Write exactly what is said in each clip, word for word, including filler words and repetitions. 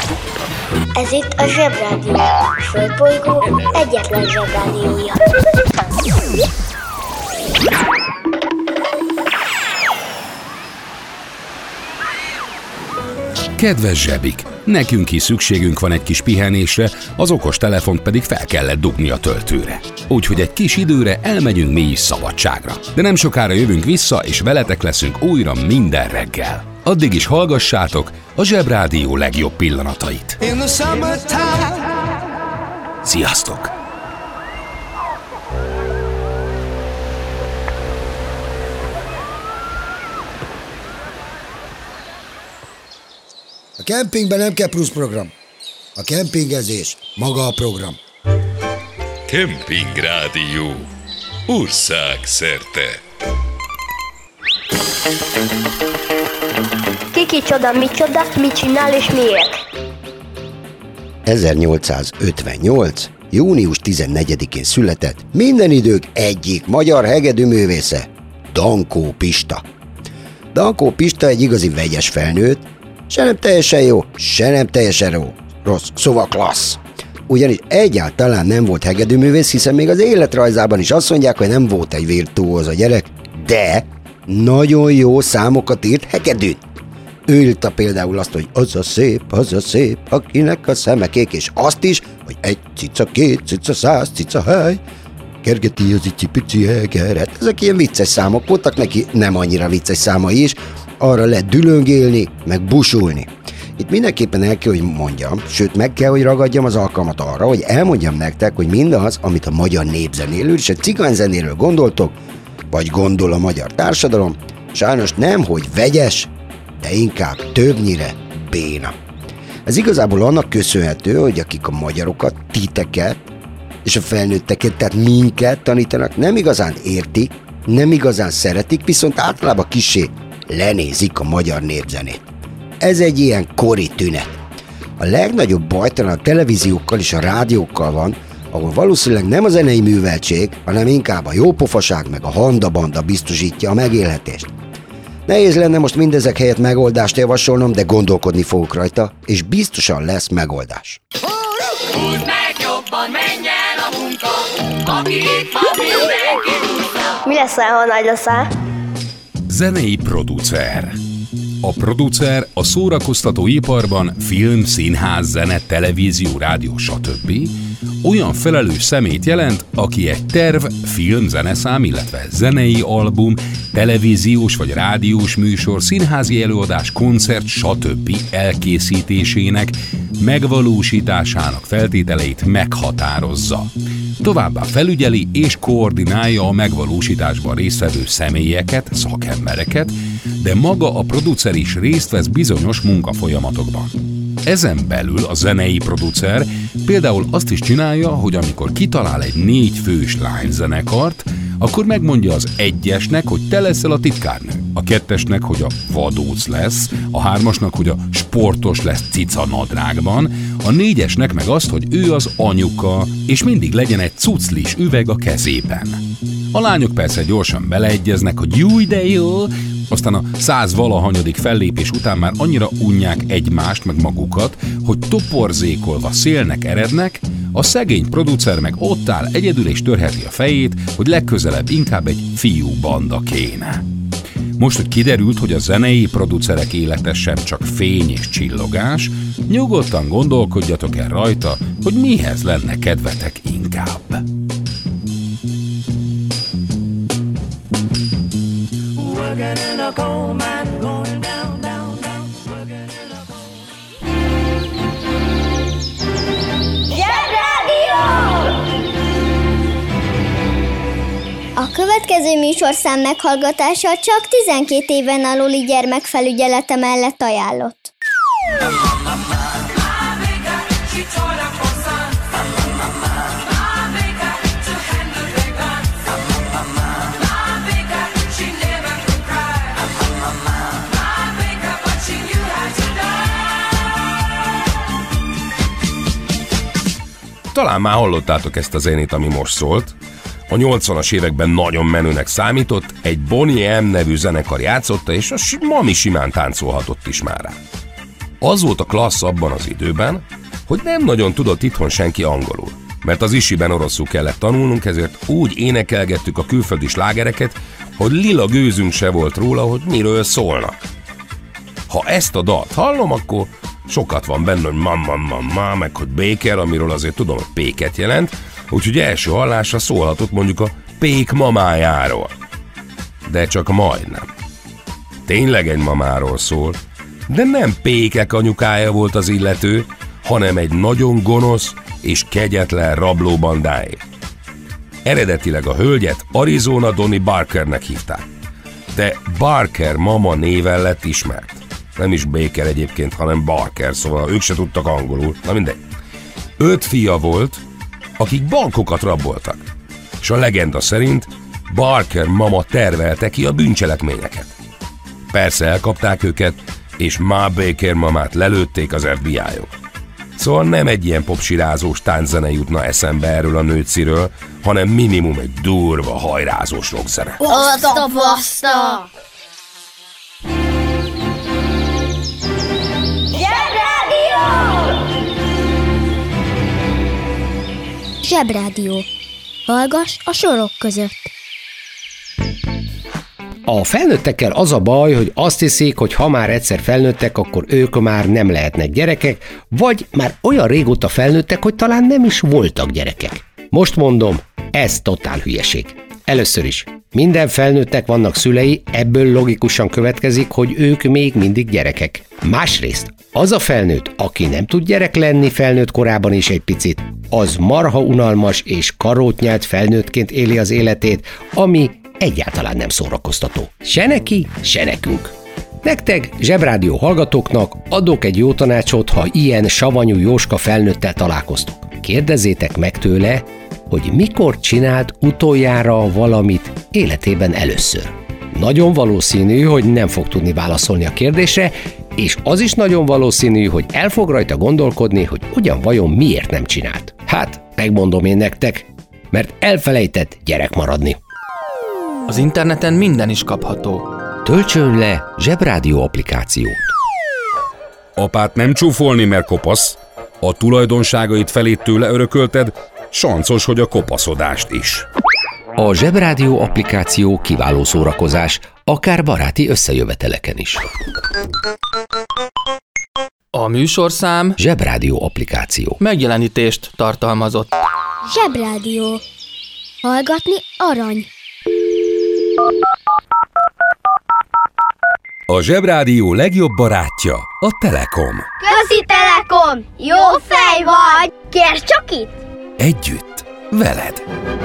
Ez itt a Zsebrádió, a Földbolygó egyetlen Zsebrádiója. Kedves zsebik, nekünk is szükségünk van egy kis pihenésre, az okos telefont pedig fel kellett dugni a töltőre. Úgyhogy egy kis időre elmegyünk mi is szabadságra. De nem sokára jövünk vissza, és veletek leszünk újra minden reggel. Addig is hallgassátok a Zsebrádió legjobb pillanatait. Sziasztok! A kempingben nem kell plusz program. A kempingezés maga a program. Kempingrádió. Országszerte. Ki kicsoda, micsoda, mit csinál és miért? ezernyolcszázötvennyolc. június tizennegyedikén született minden idők egyik magyar hegedűművésze, Dankó Pista. Dankó Pista egy igazi vegyes felnőtt, se nem teljesen jó, se nem teljesen jó, rossz, szóval klassz. Ugyanis egyáltalán nem volt hegedűművész, hiszen még az életrajzában is azt mondják, hogy nem volt egy virtuóz a gyerek, de nagyon jó számokat írt hegedűn. Ő írta például azt, hogy az a szép, az a szép, akinek a szeme kék, és azt is, hogy egy cica, két cica, száz cica, hely, kergeti az icipici egeret. Ezek ilyen vicces számok voltak, neki nem annyira vicces számai is, arra lehet dülöngélni, meg busulni. Itt mindenképpen el kell, hogy mondjam, sőt meg kell, hogy ragadjam az alkalmat arra, hogy elmondjam nektek, hogy mindaz, amit a magyar népzenéről és a cigányzenéről gondoltok, vagy gondol a magyar társadalom, sajnos nem, hogy vegyes, de inkább többnyire béna. Ez igazából annak köszönhető, hogy akik a magyarokat, titeket és a felnőtteket, tehát minket tanítanak, nem igazán értik, nem igazán szeretik, viszont általában kissé lenézik a magyar népzenét. Ez egy ilyen kori tünet. A legnagyobb baj talán a televíziókkal és a rádiókkal van, ahol valószínűleg nem a zenei műveltség, hanem inkább a jópofaság meg a handabanda biztosítja a megélhetést. Nehéz lenne most mindezek helyett megoldást javasolnom, de gondolkodni fogok rajta, és biztosan lesz megoldás. Húzd meg jobban, menj el a munka, aki itt van, mindenki húzza. Mi leszel, ha nagy leszel? Zenei producer. A producer a szórakoztató iparban film, színház, zene, televízió, rádió, stb. Olyan felelős személyt jelent, aki egy terv, film, zeneszám, illetve zenei album, televíziós vagy rádiós műsor, színházi előadás, koncert, stb. Elkészítésének, megvalósításának feltételeit meghatározza. Továbbá felügyeli és koordinálja a megvalósításban résztvevő személyeket, szakembereket, de maga a producer is részt vesz bizonyos munkafolyamatokban. Ezen belül a zenei producer például azt is csinálja, hogy amikor kitalál egy négy fős lányzenekart, akkor megmondja az egyesnek, hogy te leszel a titkárnő, a kettesnek, hogy a vadóc lesz, a hármasnak, hogy a sportos lesz cica nadrágban, a négyesnek meg azt, hogy ő az anyuka, és mindig legyen egy cuclis üveg a kezében. A lányok persze gyorsan beleegyeznek, hogy júj de jó, aztán a száz valahanyadik fellépés után már annyira unják egymást meg magukat, hogy toporzékolva szélnek erednek, a szegény producer meg ott áll egyedül és törheti a fejét, hogy legközelebb inkább egy fiú banda kéne. Most, hogy kiderült, hogy a zenei producerek élete sem csak fény és csillogás, nyugodtan gondolkodjatok el rajta, hogy mihez lenne kedvetek inkább. A következő műsorszám meghallgatása csak tizenkét éven aluli gyermekfelügyelete mellett ajánlott. Talán már hallottátok ezt a zenét, ami most szólt. A nyolcvanas években nagyon menőnek számított, egy Boney M nevű zenekar játszotta, és a mami simán táncolhatott is már rá. Az volt a klassz abban az időben, hogy nem nagyon tudott itthon senki angolul. Mert az isiben oroszul kellett tanulnunk, ezért úgy énekelgettük a külföldi slágereket, hogy lila gőzünk se volt róla, hogy miről szólnak. Ha ezt a dalt hallom, akkor sokat van benne, hogy mamma, mamma, meg hogy Baker, amiről azért tudom, hogy péket jelent, úgyhogy első hallásra szólhatott mondjuk a pék mamájáról. De csak majdnem. Tényleg egy mamáról szól, de nem pékek anyukája volt az illető, hanem egy nagyon gonosz és kegyetlen rablóbandáé. Eredetileg a hölgyet Arizona Donnie Barkernek hívták, de Barker mama néven lett ismert. Nem is Baker egyébként, hanem Barker, szóval ők se tudtak angolul, na mindegy. Öt fia volt, akik bankokat raboltak, és a legenda szerint Barker mama tervelte ki a bűncselekményeket. Persze elkapták őket, és Ma Baker mamát lelőtték az ef bé í-ok. Szóval nem egy ilyen popsirázós tánczene jutna eszembe erről a nőciről, hanem minimum egy durva, hajrázós rockzene. Azt a baszta! Zsebrádió. Hallgass a sorok között. A felnőttekkel az a baj, hogy azt hiszik, hogy ha már egyszer felnőttek, akkor ők már nem lehetnek gyerekek, vagy már olyan régóta felnőttek, hogy talán nem is voltak gyerekek. Most mondom, ez totál hülyeség. Először is, minden felnőttnek vannak szülei, ebből logikusan következik, hogy ők még mindig gyerekek. Másrészt, az a felnőtt, aki nem tud gyerek lenni felnőtt korában is egy picit, az marha unalmas és karótnyelt felnőttként éli az életét, ami egyáltalán nem szórakoztató. Se neki, se nekünk. Nektek, Zsebrádió hallgatóknak adok egy jó tanácsot, ha ilyen savanyú Jóska felnőttel találkoztok. Kérdezzétek meg tőle, hogy mikor csinált utoljára valamit életében először. Nagyon valószínű, hogy nem fog tudni válaszolni a kérdésre, és az is nagyon valószínű, hogy el fog rajta gondolkodni, hogy ugyan vajon miért nem csinált. Hát, megmondom én nektek, mert elfelejtett gyerek maradni. Az interneten minden is kapható. Töltsön le Zsebrádió applikációt. Apát nem csúfolni, mert kopasz, a tulajdonságait felét tőle örökölted, sancos, hogy a kopaszodást is. A Zsebrádió applikáció kiváló szórakozás, akár baráti összejöveteleken is. A műsorszám Zsebrádió applikáció megjelenítést tartalmazott. Zsebrádió. Hallgatni arany. A Zsebrádió legjobb barátja a Telekom. Közi Telekom! Jó fej vagy! Kérd csak itt! Együtt, veled.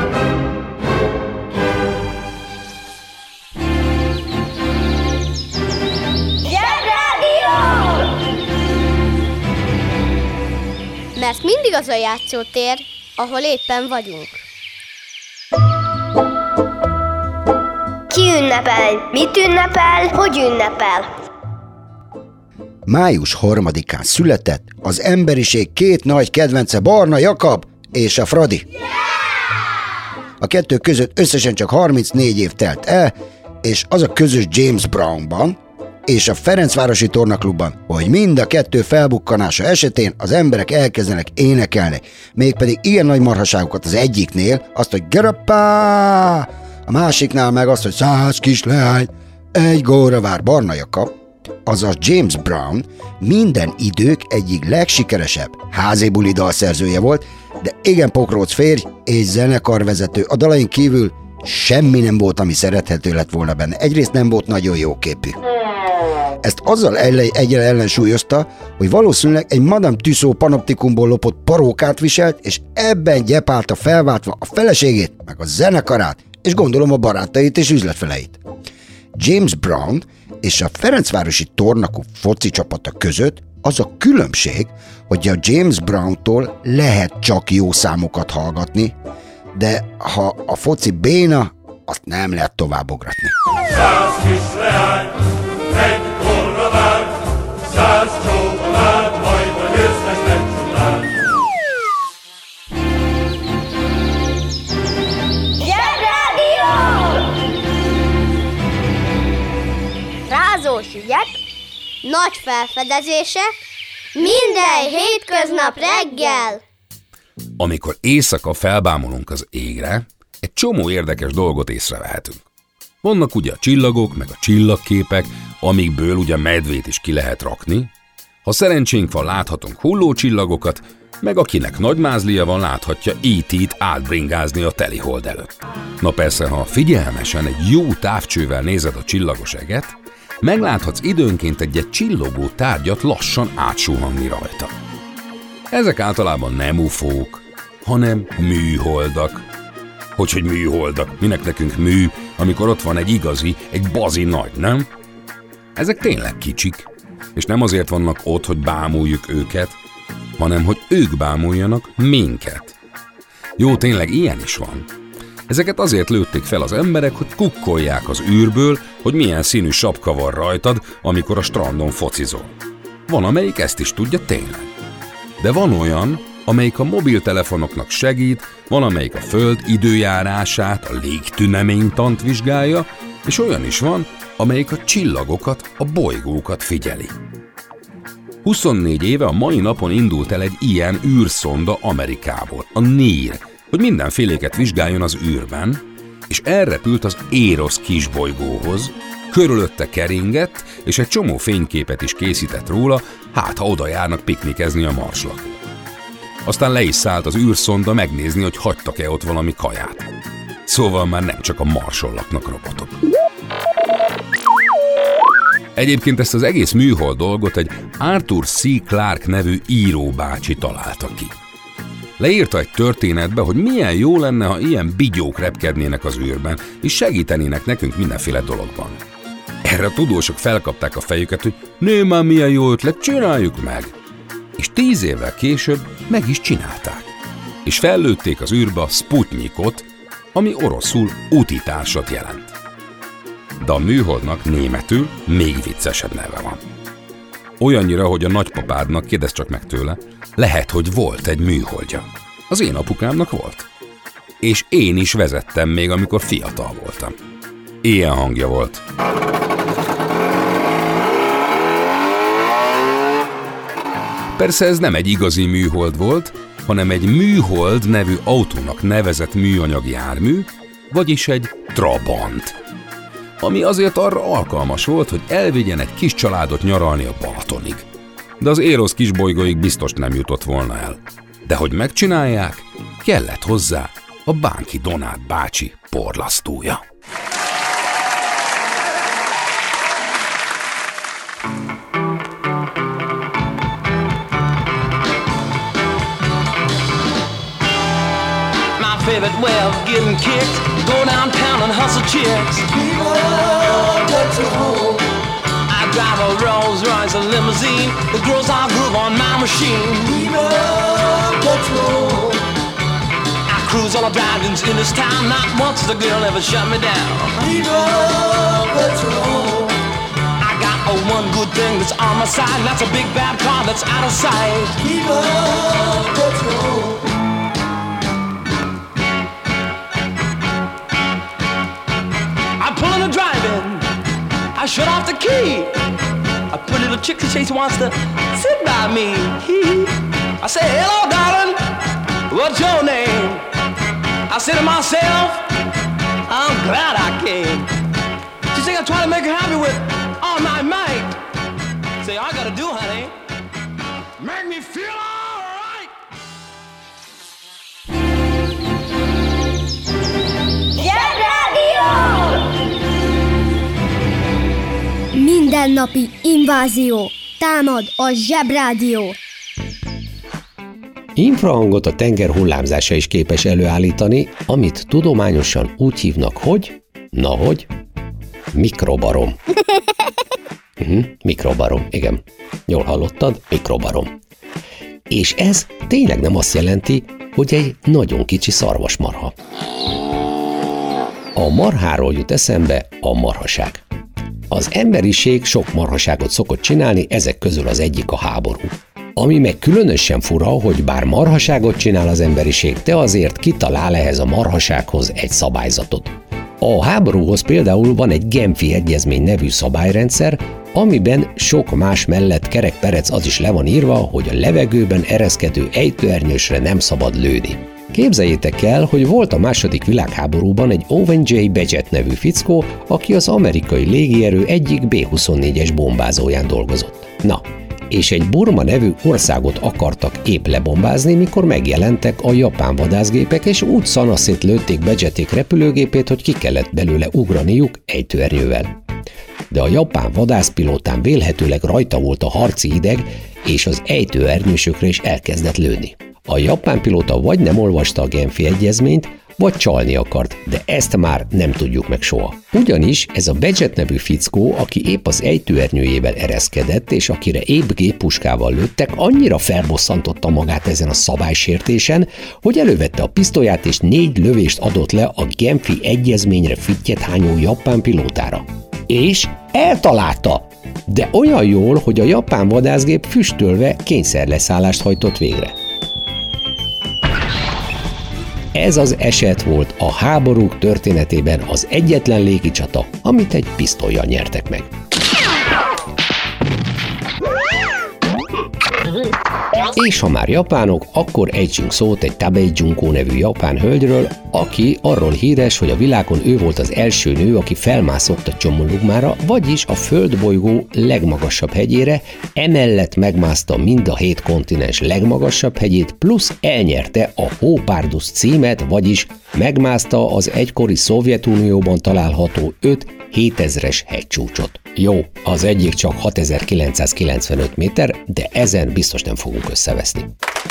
Zsebrádió! Mert mindig az a játszótér, ahol éppen vagyunk. Ki ünnepel? Mit ünnepel? Hogy ünnepel? Május harmadikán született az emberiség két nagy kedvence, Barna Jakab és a Fradi. A kettő között összesen csak harmincnégy év telt el, és az a közös James Brownban és a Ferencvárosi Tornaklubban, hogy mind a kettő felbukkanása esetén az emberek elkezdenek énekelni, mégpedig ilyen nagy marhaságokat az egyiknél, azt, hogy gerapá, a másiknál meg azt, hogy száz kis leány, egy góra vár. Barna Jakab, azaz James Brown minden idők egyik legsikeresebb házibuli dalszerzője volt, de igen pokróc férj és zenekarvezető. A dalain kívül semmi nem volt, ami szerethető lett volna benne. Egyrészt nem volt nagyon jóképű. Ezt azzal egyre ellensúlyozta, hogy valószínűleg egy Madame Tussauds panoptikumból lopott parókát viselt, és ebben gyepálta felváltva a feleségét, meg a zenekarát, és gondolom a barátait és üzletfeleit. James Brown és a Ferencvárosi Tornaklub foci csapata között az a különbség, hogy a James Browntól lehet csak jó számokat hallgatni, de ha a foci béna, azt nem lehet továbbogratni. Száz kis leány, egy korra vár, száz csókolát, majd a győztes megcsodál. Zsebrádió! Rázós ügyek, nagy nagy felfedezések minden hétköznap reggel. Amikor éjszaka felbámulunk az égre, egy csomó érdekes dolgot észrevehetünk. Vannak ugye a csillagok, meg a csillagképek, amikből ugye medvét is ki lehet rakni. Ha szerencsénk van, láthatunk hullócsillagokat, meg akinek nagy mázlia van, láthatja é té-t átbringázni a telihold előtt. Na persze, ha figyelmesen egy jó távcsővel nézed a csillagos eget, megláthatsz időnként egy-egy csillogó tárgyat lassan átsuhanni rajta. Ezek általában nem ufók, hanem műholdak. Hogyhogy műholdak? Minek nekünk mű, amikor ott van egy igazi, egy bazi nagy, nem? Ezek tényleg kicsik, és nem azért vannak ott, hogy bámuljuk őket, hanem hogy ők bámuljanak minket. Jó, tényleg ilyen is van. Ezeket azért lőtték fel az emberek, hogy kukkolják az űrből, hogy milyen színű sapka van rajtad, amikor a strandon focizol. Van, amelyik ezt is tudja tényleg. De van olyan, amelyik a mobiltelefonoknak segít, van, amelyik a Föld időjárását, a légtüneménytant vizsgálja, és olyan is van, amelyik a csillagokat, a bolygókat figyeli. huszonnégy éve a mai napon indult el egy ilyen űrszonda Amerikából, a NIR, hogy mindenféléket vizsgáljon az űrben, és elrepült az Eros kisbolygóhoz, körülötte keringett, és egy csomó fényképet is készített róla, hát ha oda járnak piknikezni a marslakók. Aztán le is szállt az űrszonda megnézni, hogy hagytak-e ott valami kaját. Szóval már nem csak a Marson laknak robotok. Egyébként ezt az egész műhold dolgot egy Arthur C. Clarke nevű íróbácsi találta ki. Leírta egy történetbe, hogy milyen jó lenne, ha ilyen bigyók repkednének az űrben, és segítenének nekünk mindenféle dologban. Erre a tudósok felkapták a fejüket, hogy nő már milyen jó ötlet, csináljuk meg! És tíz évvel később meg is csinálták. És fellőtték az űrbe a Sputnikot, ami oroszul útitársat jelent. De a műholdnak németül még viccesebb neve van. Olyannyira, hogy a nagypapádnak, kérdezz csak meg tőle, lehet, hogy volt egy műholdja. Az én apukámnak volt. És én is vezettem még, amikor fiatal voltam. Ilyen hangja volt. Persze ez nem egy igazi műhold volt, hanem egy műhold nevű autónak nevezett műanyag jármű, vagyis egy Trabant. Ami azért arra alkalmas volt, hogy elvigyen egy kis családot nyaralni a Balatonig. De az Eros kisbolygóig biztos nem jutott volna el. De hogy megcsinálják, kellett hozzá a Bánki Donát bácsi porlasztója. Favorite way of getting kicked, go downtown and hustle chicks. People get to home. I drive a Rolls Royce, a limousine. The girls all groove on my machine. People get to home. I cruise all the drive-ins in this town. Not once has a girl ever shut me down. People get to home. I got a one good thing that's on my side, and that's a big bad car that's out of sight. People get to home. Pulling a drive-in, I shut off the key. A pretty little chick that she wants to sit by me. I say, hello, darling, what's your name? I say to myself, I'm glad I came. She say I'm trying to make her happy with all my might. Say, all I gotta do, honey, make me feel all right. Mindennapi invázió. Támad a Zsebrádió. Infrahangot a tenger hullámzása is képes előállítani, amit tudományosan úgy hívnak, hogy... Na hogy? Mikrobarom. uh-huh, mikrobarom, igen. Jól hallottad? Mikrobarom. És ez tényleg nem azt jelenti, hogy egy nagyon kicsi szarvasmarha. A marháról jut eszembe a marhaság. Az emberiség sok marhaságot szokott csinálni, ezek közül az egyik a háború. Ami meg különösen fura, hogy bár marhaságot csinál az emberiség, de azért kitalál ehhez a marhasághoz egy szabályzatot. A háborúhoz például van egy Genfi Egyezmény nevű szabályrendszer, amiben sok más mellett kerekperec az is le van írva, hogy a levegőben ereszkedő ejtőernyősre nem szabad lőni. Képzeljétek el, hogy volt a második világháborúban egy Owen J. Badgett nevű fickó, aki az amerikai légierő egyik bé huszonnégyes bombázóján dolgozott. Na, és egy Burma nevű országot akartak épp lebombázni, mikor megjelentek a japán vadászgépek, és úgy szanaszét lőtték Badgették repülőgépét, hogy ki kellett belőle ugraniuk ejtőernyővel. De a japán vadászpilótán vélhetőleg rajta volt a harci ideg, és az ejtőernyősökre is elkezdett lőni. A japán pilóta vagy nem olvasta a Genfi egyezményt, vagy csalni akart, de ezt már nem tudjuk meg soha. Ugyanis ez a Badgett nevű fickó, aki épp az ejtőernyőjével ereszkedett, és akire épp géppuskával lőttek, annyira felbosszantotta magát ezen a szabálysértésen, hogy elővette a pisztolyát és négy lövést adott le a Genfi egyezményre fittyet hányó japán pilótára. És eltalálta! De olyan jól, hogy a japán vadászgép füstölve kényszerleszállást hajtott végre. Ez az eset volt a háborúk történetében az egyetlen légicsata, amit egy pisztollyal nyertek meg. És ha már japánok, akkor ejtsünk szót egy Tabei Junko nevű japán hölgyről, aki arról híres, hogy a világon ő volt az első nő, aki felmászott a Chomolungmára, vagyis a földbolygó legmagasabb hegyére, emellett megmászta mind a hét kontinens legmagasabb hegyét, plusz elnyerte a Hópárdusz címet, vagyis megmászta az egykori Szovjetunióban található öt hétezres hegycsúcsot. Jó, az egyik csak hatezer-kilencszázkilencvenöt méter, de ezen biztos nem fogunk összeveszni.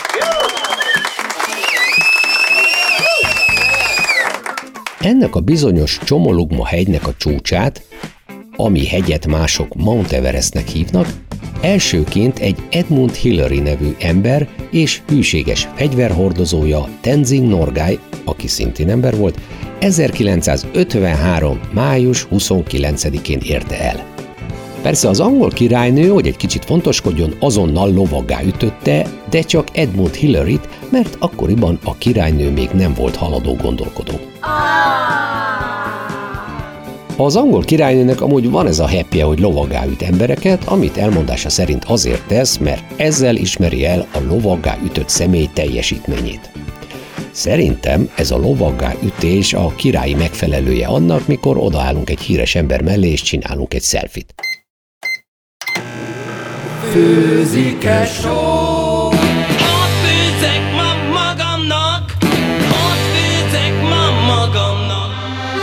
Ennek a bizonyos Chomolungma hegynek a csúcsát, ami hegyet mások Mount Everestnek hívnak, elsőként egy Edmund Hillary nevű ember és hűséges fegyverhordozója Tenzing Norgay, aki szintén ember volt, ezerkilencszázötvenhárom. május huszonkilencedikén érte el. Persze az angol királynő, hogy egy kicsit fontoskodjon, azonnal lovaggá ütötte, de csak Edmund Hillaryt, mert akkoriban a királynő még nem volt haladó gondolkodó. Az angol királynőnek amúgy van ez a happy-je, hogy lovaggá üt embereket, amit elmondása szerint azért tesz, mert ezzel ismeri el a lovaggá ütött személy teljesítményét. Szerintem ez a lovaggá ütés a királyi megfelelője annak, mikor odaállunk egy híres ember mellé és csinálunk egy selfit. Főzik-e só? Ott főzek ma magamnak, ott főzek ma magamnak.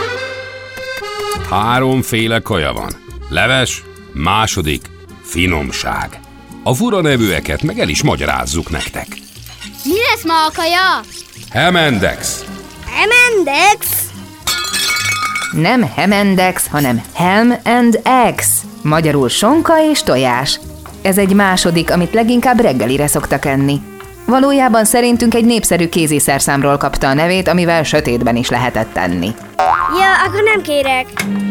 Háromféle kaja van. Leves, második, finomság. A fura nevűeket meg el is magyarázzuk nektek. Mi lesz ma a kaja? Hemendex. Hemendex? Nem Hemendex, hanem Ham and Eggs. Magyarul sonka és tojás. Ez egy második, amit leginkább reggelire szoktak enni. Valójában szerintünk egy népszerű kéziszerszámról kapta a nevét, amivel sötétben is lehetett enni. Ja, akkor nem kérek.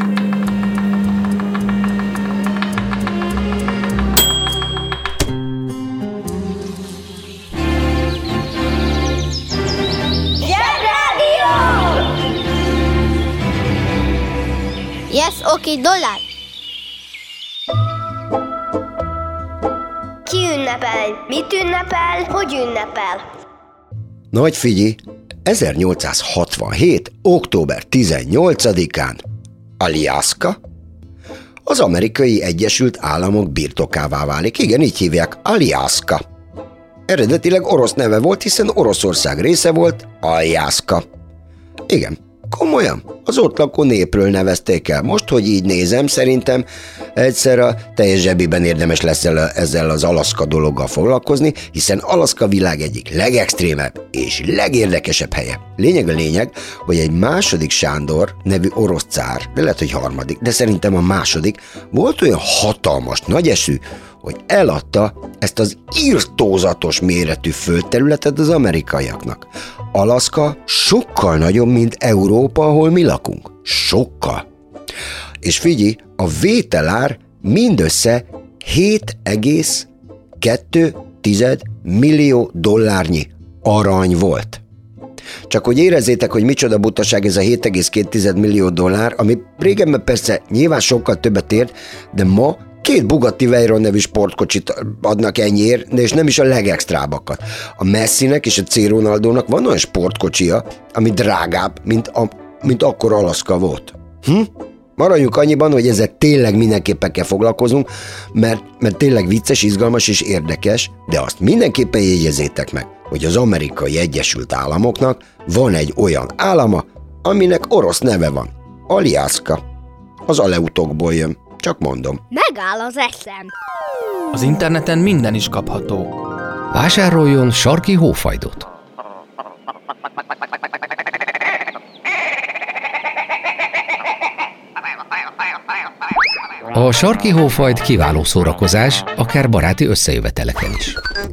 Yes, oké, okay, dollár. Ki ünnepel? Mit ünnepel? Hogy ünnepel? Nagy figyelj, ezernyolcszázhatvanhét. október tizennyolcadikán Aljaska az Amerikai Egyesült Államok birtokává válik. Igen, így hívják, Aljaska. Eredetileg orosz neve volt, hiszen Oroszország része volt, Aljaska. Igen. Komolyan, az ott lakó népről nevezték el. Most, hogy így nézem, szerintem egyszer a teljes zsebiben érdemes lesz ezzel az Alaszka dologgal foglalkozni, hiszen Alaszka világ egyik legextrémebb és legérdekesebb helye. Lényeg a lényeg, hogy egy második Sándor nevű orosz cár, de lehet, hogy harmadik, de szerintem a második, volt olyan hatalmas nagyeszű, hogy eladta ezt az irtózatos méretű földterületet az amerikaiaknak. Alaszka sokkal nagyobb, mint Európa, ahol mi lakunk. Sokkal. És figyelj, a vételár mindössze hét egész kettő millió dollárnyi arany volt. Csak hogy érezzétek, hogy micsoda butaság ez a hét egész két millió dollár, ami régenben persze nyilván sokkal többet ért, de ma Két Bugatti Veyron nevű sportkocsit adnak ennyiért, de és nem is a legextrábbakat. A Messinek és a C. Ronaldónak van olyan sportkocsia, ami drágább, mint, a, mint akkor Alaszka volt. Hm? Maradjunk annyiban, hogy ezzel tényleg mindenképpen kell foglalkozunk, mert, mert tényleg vicces, izgalmas és érdekes, de azt mindenképpen jegyezzétek meg, hogy az Amerikai Egyesült Államoknak van egy olyan állama, aminek orosz neve van. Aljaszka. Az aleutokból jön. Csak mondom. Megáll az eszem. Az interneten minden is kapható. Vásároljon sarki hófajdot. A sarki hófajd kiváló szórakozás, akár baráti összejöveteleken is.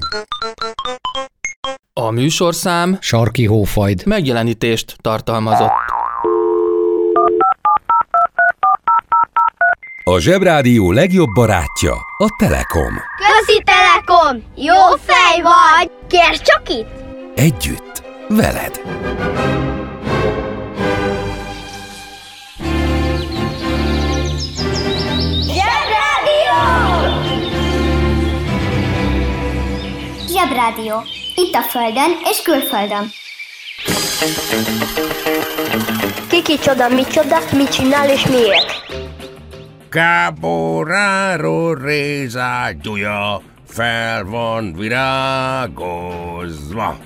A műsorszám sarki hófajd megjelenítést tartalmazott. A Zsebrádió legjobb barátja a Telekom. Közi Telekom! Jó fej vagy! Kérd csak itt! Együtt, veled! Zsebrádió! Zsebrádió. Itt a földön és külföldön. Ki kicsoda, micsoda, mit csinál és miért? Káboráró rézágyúja fel van virágozva.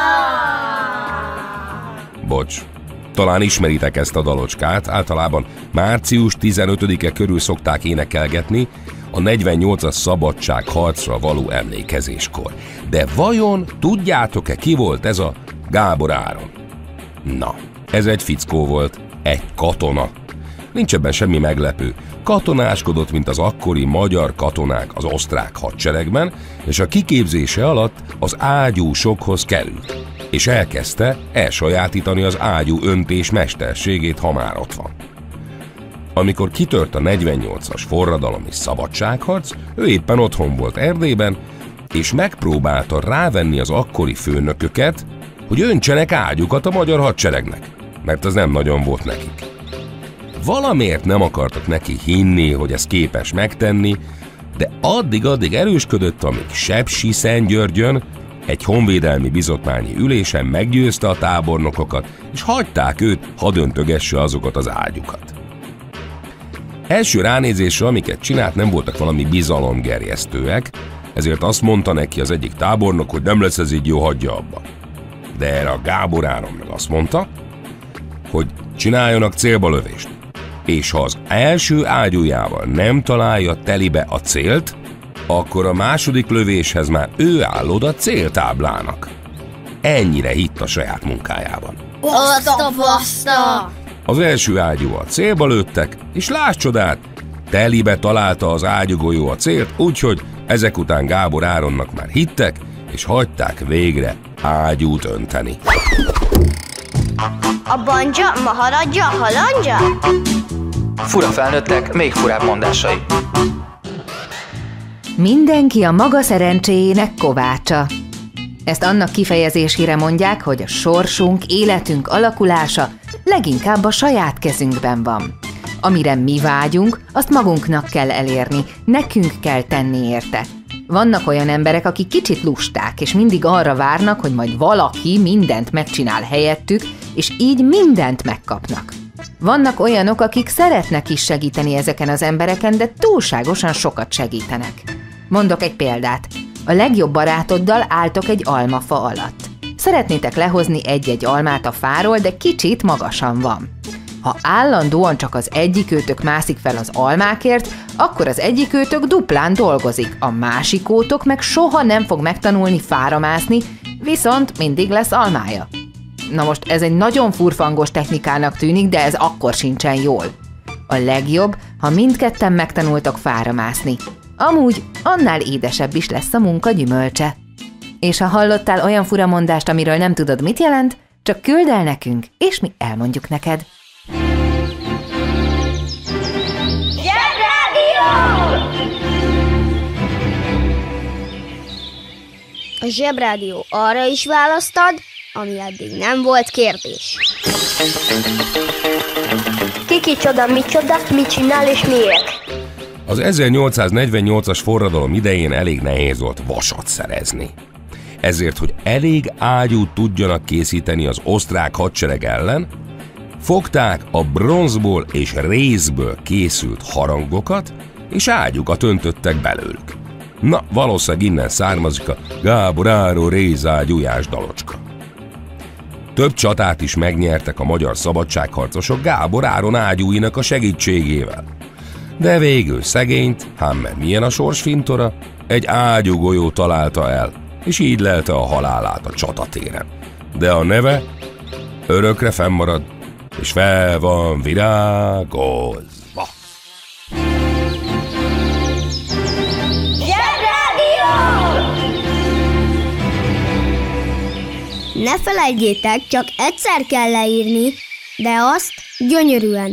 Bocs, talán ismeritek ezt a dalocskát, általában március tizenötödike körül szokták énekelgetni a negyvennyolcas szabadságharcra való emlékezéskor. De vajon tudjátok-e, ki volt ez a Gábor Áron? Na, ez egy fickó volt, egy katona. Nincs ebben semmi meglepő. Katonáskodott, mint az akkori magyar katonák az osztrák hadseregben, és a kiképzése alatt az ágyúsokhoz került, és elkezdte elsajátítani az ágyú öntés mesterségét, ha már ott van. Amikor kitört a negyvennyolcas forradalom és szabadságharc, ő éppen otthon volt Erdélyben, és megpróbálta rávenni az akkori főnököket, hogy öntsenek ágyukat a magyar hadseregnek, mert az nem nagyon volt nekik. Valamiért nem akartak neki hinni, hogy ez képes megtenni, de addig-addig erősködött, amíg Sepsiszentgyörgyön egy honvédelmi bizottmányi ülésen meggyőzte a tábornokokat, és hagyták őt, hadd öntögesse azokat az ágyukat. Első ránézésre, amiket csinált, nem voltak valami bizalomgerjesztőek, ezért azt mondta neki az egyik tábornok, hogy nem lesz ez így jó, hagyja abba. De erre a Gábor Áron meg azt mondta, hogy csináljanak célba lövést, és ha az első ágyújával nem találja telibe a célt, akkor a második lövéshez már ő áll oda céltáblának. Ennyire hitt a saját munkájában. Azt a baszta! Az első ágyúval célba lőttek, és láss csodát, telibe találta az ágyúgolyó a célt, úgyhogy ezek után Gábor Áronnak már hittek, és hagyták végre ágyút önteni. A banja, maharadja, halandja? Fura felnőttek, még furább mondásai. Mindenki a maga szerencséjének kovácsa. Ezt annak kifejezésére mondják, hogy a sorsunk, életünk alakulása leginkább a saját kezünkben van. Amire mi vágyunk, azt magunknak kell elérni, nekünk kell tenni érte. Vannak olyan emberek, akik kicsit lusták, és mindig arra várnak, hogy majd valaki mindent megcsinál helyettük, és így mindent megkapnak. Vannak olyanok, akik szeretnek is segíteni ezeken az embereken, de túlságosan sokat segítenek. Mondok egy példát. A legjobb barátoddal álltok egy almafa alatt. Szeretnétek lehozni egy-egy almát a fáról, de kicsit magasan van. Ha állandóan csak az egyikőtök mászik fel az almákért, akkor az egyikőtök duplán dolgozik, a másikótok meg soha nem fog megtanulni fára mászni, viszont mindig lesz almája. Na most ez egy nagyon furfangos technikának tűnik, de ez akkor sincsen jól. A legjobb, ha mindketten megtanultok fára mászni. Amúgy annál édesebb is lesz a munka gyümölcse. És ha hallottál olyan furamondást, amiről nem tudod, mit jelent, csak küld el nekünk, és mi elmondjuk neked. A Zsebrádió arra is választad, ami eddig nem volt kérdés. Ki kicsoda, micsoda, mit csinál és miért? Az ezernyolcszáznegyvennyolcas forradalom idején elég nehéz volt vasat szerezni. Ezért, hogy elég ágyút tudjanak készíteni az osztrák hadsereg ellen, fogták a bronzból és rézből készült harangokat, és ágyukat öntöttek belőlük. Na, valószínűleg innen származik a Gábor Áró rézágyújás dalocska. Több csatát is megnyertek a magyar szabadságharcosok Gábor Áron ágyúinak a segítségével. De végül szegényt, hám mert milyen a sorsfintora, egy ágyúgolyó találta el, és így lelte a halálát a csatatéren. De a neve örökre fennmarad, és fel van virágozva. Ne felejtjétek, csak egyszer kell leírni, de azt gyönyörűen.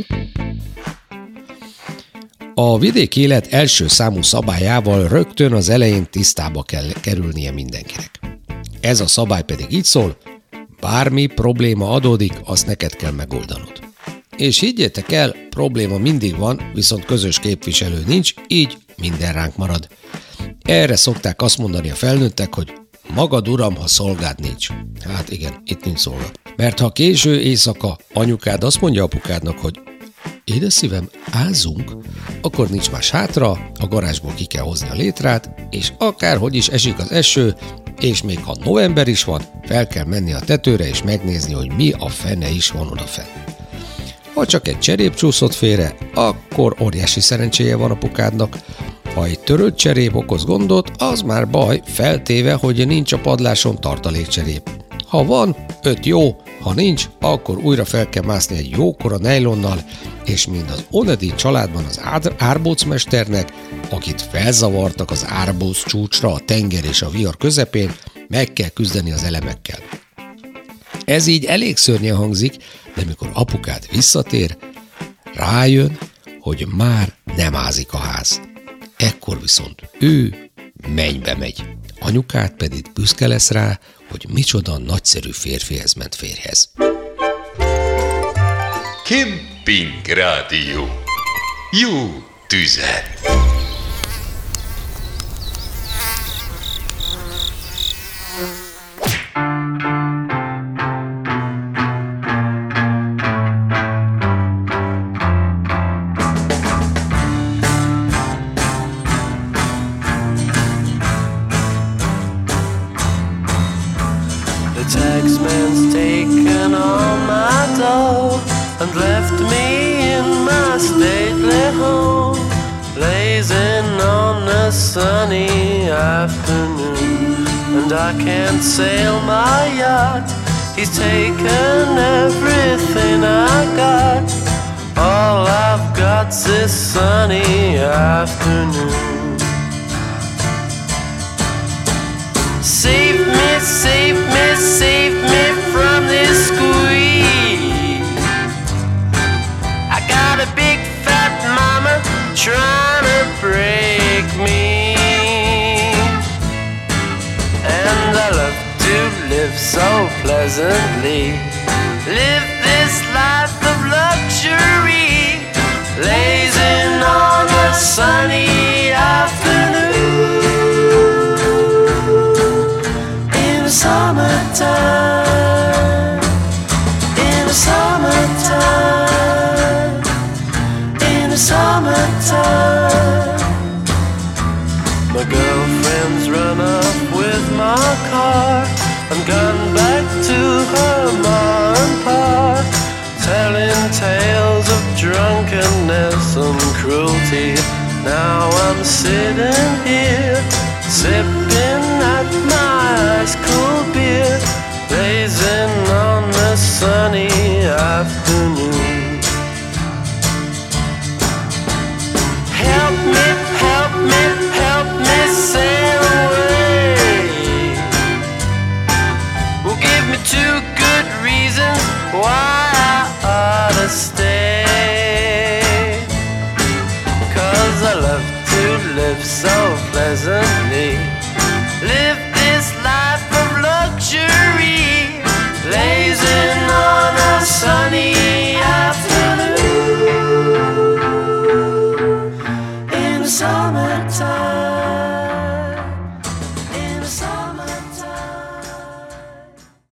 A vidéki élet első számú szabályával rögtön az elején tisztába kell kerülnie mindenkinek. Ez a szabály pedig így szól, bármi probléma adódik, azt neked kell megoldanod. És higgyétek el, probléma mindig van, viszont közös képviselő nincs, így minden ránk marad. Erre szokták azt mondani a felnőttek, hogy magad uram, ha szolgád nincs. Hát igen, itt nincs szolga. Mert ha késő éjszaka anyukád azt mondja apukádnak, hogy édes szívem, ázzunk, akkor nincs más hátra, a garázsból ki kell hozni a létrát, és akárhogy is esik az eső, és még ha november is van, fel kell menni a tetőre és megnézni, hogy mi a fene is van odafenn. Ha csak egy cserép csúszott félre, akkor óriási szerencséje van apukádnak. Ha egy törött cserép okoz gondot, az már baj, feltéve, hogy nincs a padláson tartalékcserép. Ha van, öt jó, ha nincs, akkor újra fel kell mászni egy jókora nejlonnal, és mind az Onedi családban az árbócmesternek, akit felzavartak az árbóc csúcsra a tenger és a vihar közepén, meg kell küzdeni az elemekkel. Ez így elég szörnyen hangzik, de mikor apukád visszatér, rájön, hogy már nem ázik a ház. Ekkor viszont ő mennybe megy. Anyukát pedig büszke lesz rá, hogy micsoda nagyszerű férfihez ment férjhez. Kemping Rádió. Jó tüzet! Taxman's taken all my dough and left me in my stately home, blazing on a sunny afternoon. And I can't sail my yacht, he's taken everything I got. All I've got's this sunny afternoon. Save me, save me, save me from this squeeze. I got a big fat mama trying to break me, and I love to live so pleasantly, live this life of luxury, blazing on a sunny afternoon. Summertime, in the summertime, in the summertime. My girlfriend's run up with my car and gone back to her ma and pa, telling tales of drunkenness and cruelty. Now I'm sitting here, sipping